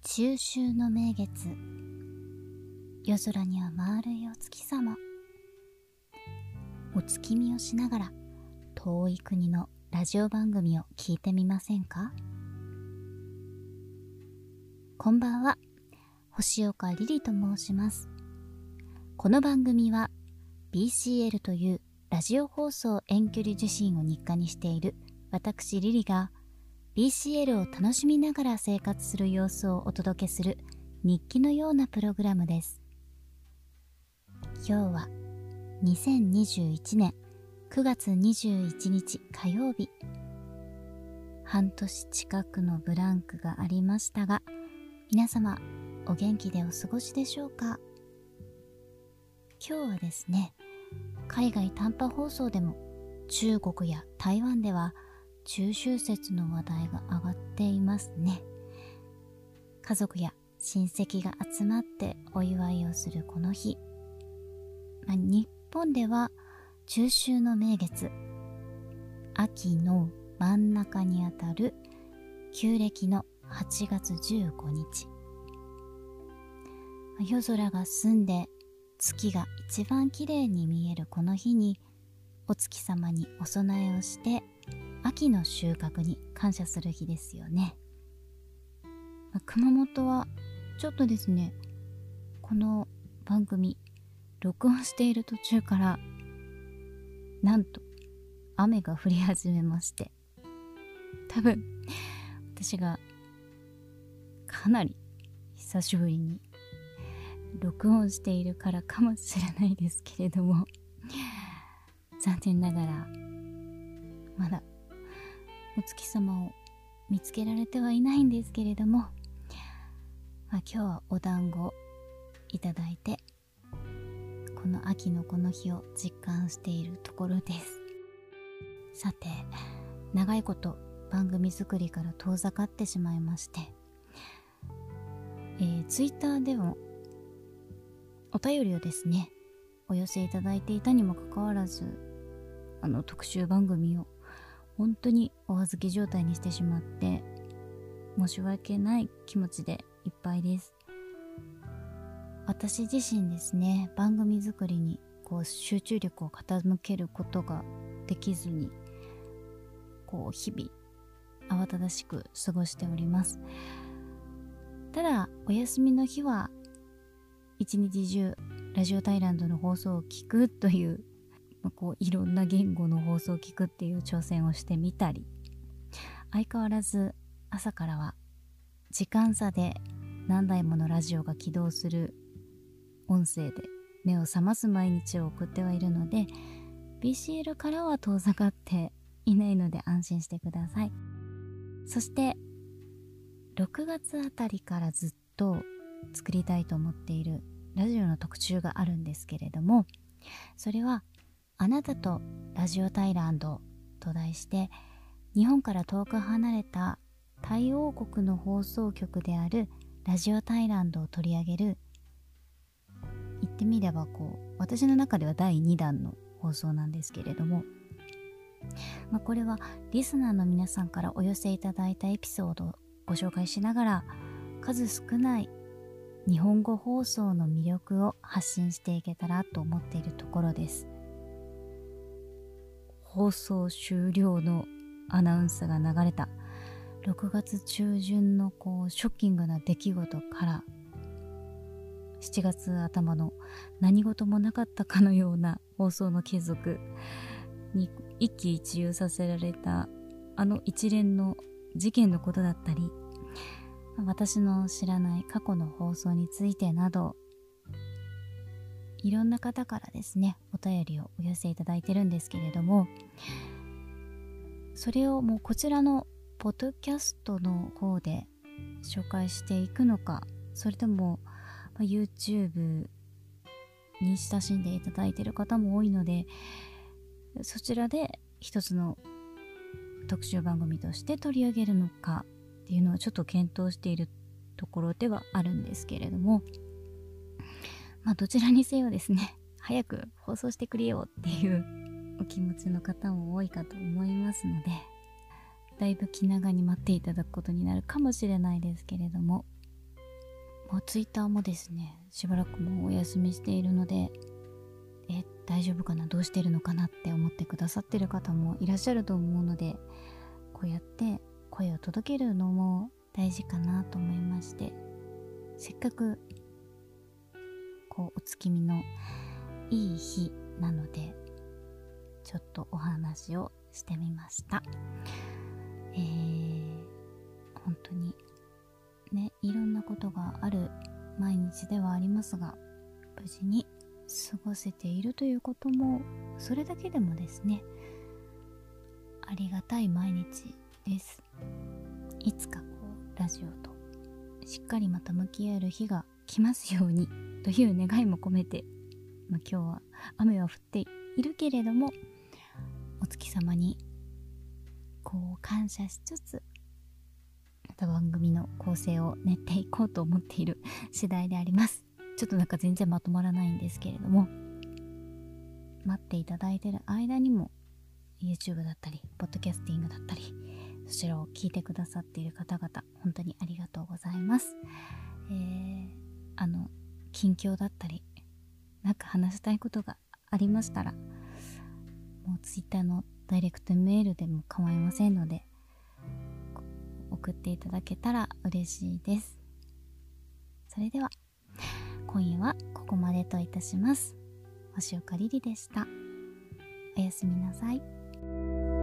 中秋の名月、夜空には丸いお月様。お月見をしながら遠い国のラジオ番組を聞いてみませんか？こんばんは、星岡リリと申します。この番組は BCL というラジオ放送遠距離受信を日課にしている私リリがBCL を楽しみながら生活する様子をお届けする日記のようなプログラムです。今日は2021年9月21日火曜日。半年近くのブランクがありましたが、皆様お元気でお過ごしでしょうか？今日はですね、海外短波放送でも中国や台湾では中秋節の話題が上がっていますね。家族や親戚が集まってお祝いをするこの日、日本では中秋の名月、秋の真ん中にあたる旧暦の8月15日、夜空が澄んで月が一番綺麗に見えるこの日に、お月様にお供えをして秋の収穫に感謝する日ですよね。熊本はちょっとですね、この番組録音している途中からなんと雨が降り始めまして、多分私がかなり久しぶりに録音しているからかもしれないですけれども、残念ながらまだお月様を見つけられてはいないんですけれども、今日はお団子いただいて、この秋のこの日を実感しているところです。さて、長いこと番組作りから遠ざかってしまいまして、ツイッターでもお便りをですねお寄せいただいていたにもかかわらず、特集番組を本当にお預け状態にしてしまって申し訳ない気持ちでいっぱいです。私自身ですね、番組作りに集中力を傾けることができずに、日々慌ただしく過ごしております。ただお休みの日は一日中ラジオタイランドの放送を聞くという、いろんな言語の放送を聞くっていう挑戦をしてみたり、相変わらず朝からは時間差で何台ものラジオが起動する音声で目を覚ます毎日を送ってはいるので、 BCL からは遠ざかっていないので安心してください。そして6月あたりからずっと作りたいと思っているラジオの特集があるんですけれども、それはあなたとラジオタイランドと題して、日本から遠く離れたタイ王国の放送局であるラジオタイランドを取り上げる、言ってみれば私の中では第2弾の放送なんですけれども、これはリスナーの皆さんからお寄せいただいたエピソードをご紹介しながら、数少ない日本語放送の魅力を発信していけたらと思っているところです。放送終了のアナウンスが流れた6月中旬のショッキングな出来事から、7月頭の何事もなかったかのような放送の継続に一喜一憂させられた一連の事件のことだったり、私の知らない過去の放送についてなど、いろんな方からですねお便りをお寄せいただいてるんですけれども、それをもうこちらのポッドキャストの方で紹介していくのか、それともYouTube に親しんでいただいている方も多いので、そちらで一つの特集番組として取り上げるのかっていうのはちょっと検討しているところではあるんですけれども、どちらにせよですね、早く放送してくれよっていうお気持ちの方も多いかと思いますので、だいぶ気長に待っていただくことになるかもしれないですけれども、 もうツイッターもですね、しばらくもうお休みしているので、大丈夫かな、どうしてるのかなって思ってくださってる方もいらっしゃると思うので、こうやって声を届けるのも大事かなと思いまして、せっかくこうお月見のいい日なので、ちょっとお話をしてみました。本当にね、いろんなことがある毎日ではありますが、無事に過ごせているということも、それだけでもですね、ありがたい毎日です。いつかこうラジオとしっかりまた向き合える日が来ますようにという願いも込めて、今日は雨は降っているけれども、お月様にこう感謝しつつ、また番組の構成を練っていこうと思っている次第であります。ちょっとなんか全然まとまらないんですけれども、待っていただいている間にも YouTube だったりポッドキャスティングだったり、そちらを聞いてくださっている方々、本当にありがとうございます。近況だったりなんか話したいことがありましたら、もう Twitter のダイレクトメールでも構いませんので、送っていただけたら嬉しいです。それでは今夜はここまでといたします。星岡リリでした。おやすみなさい。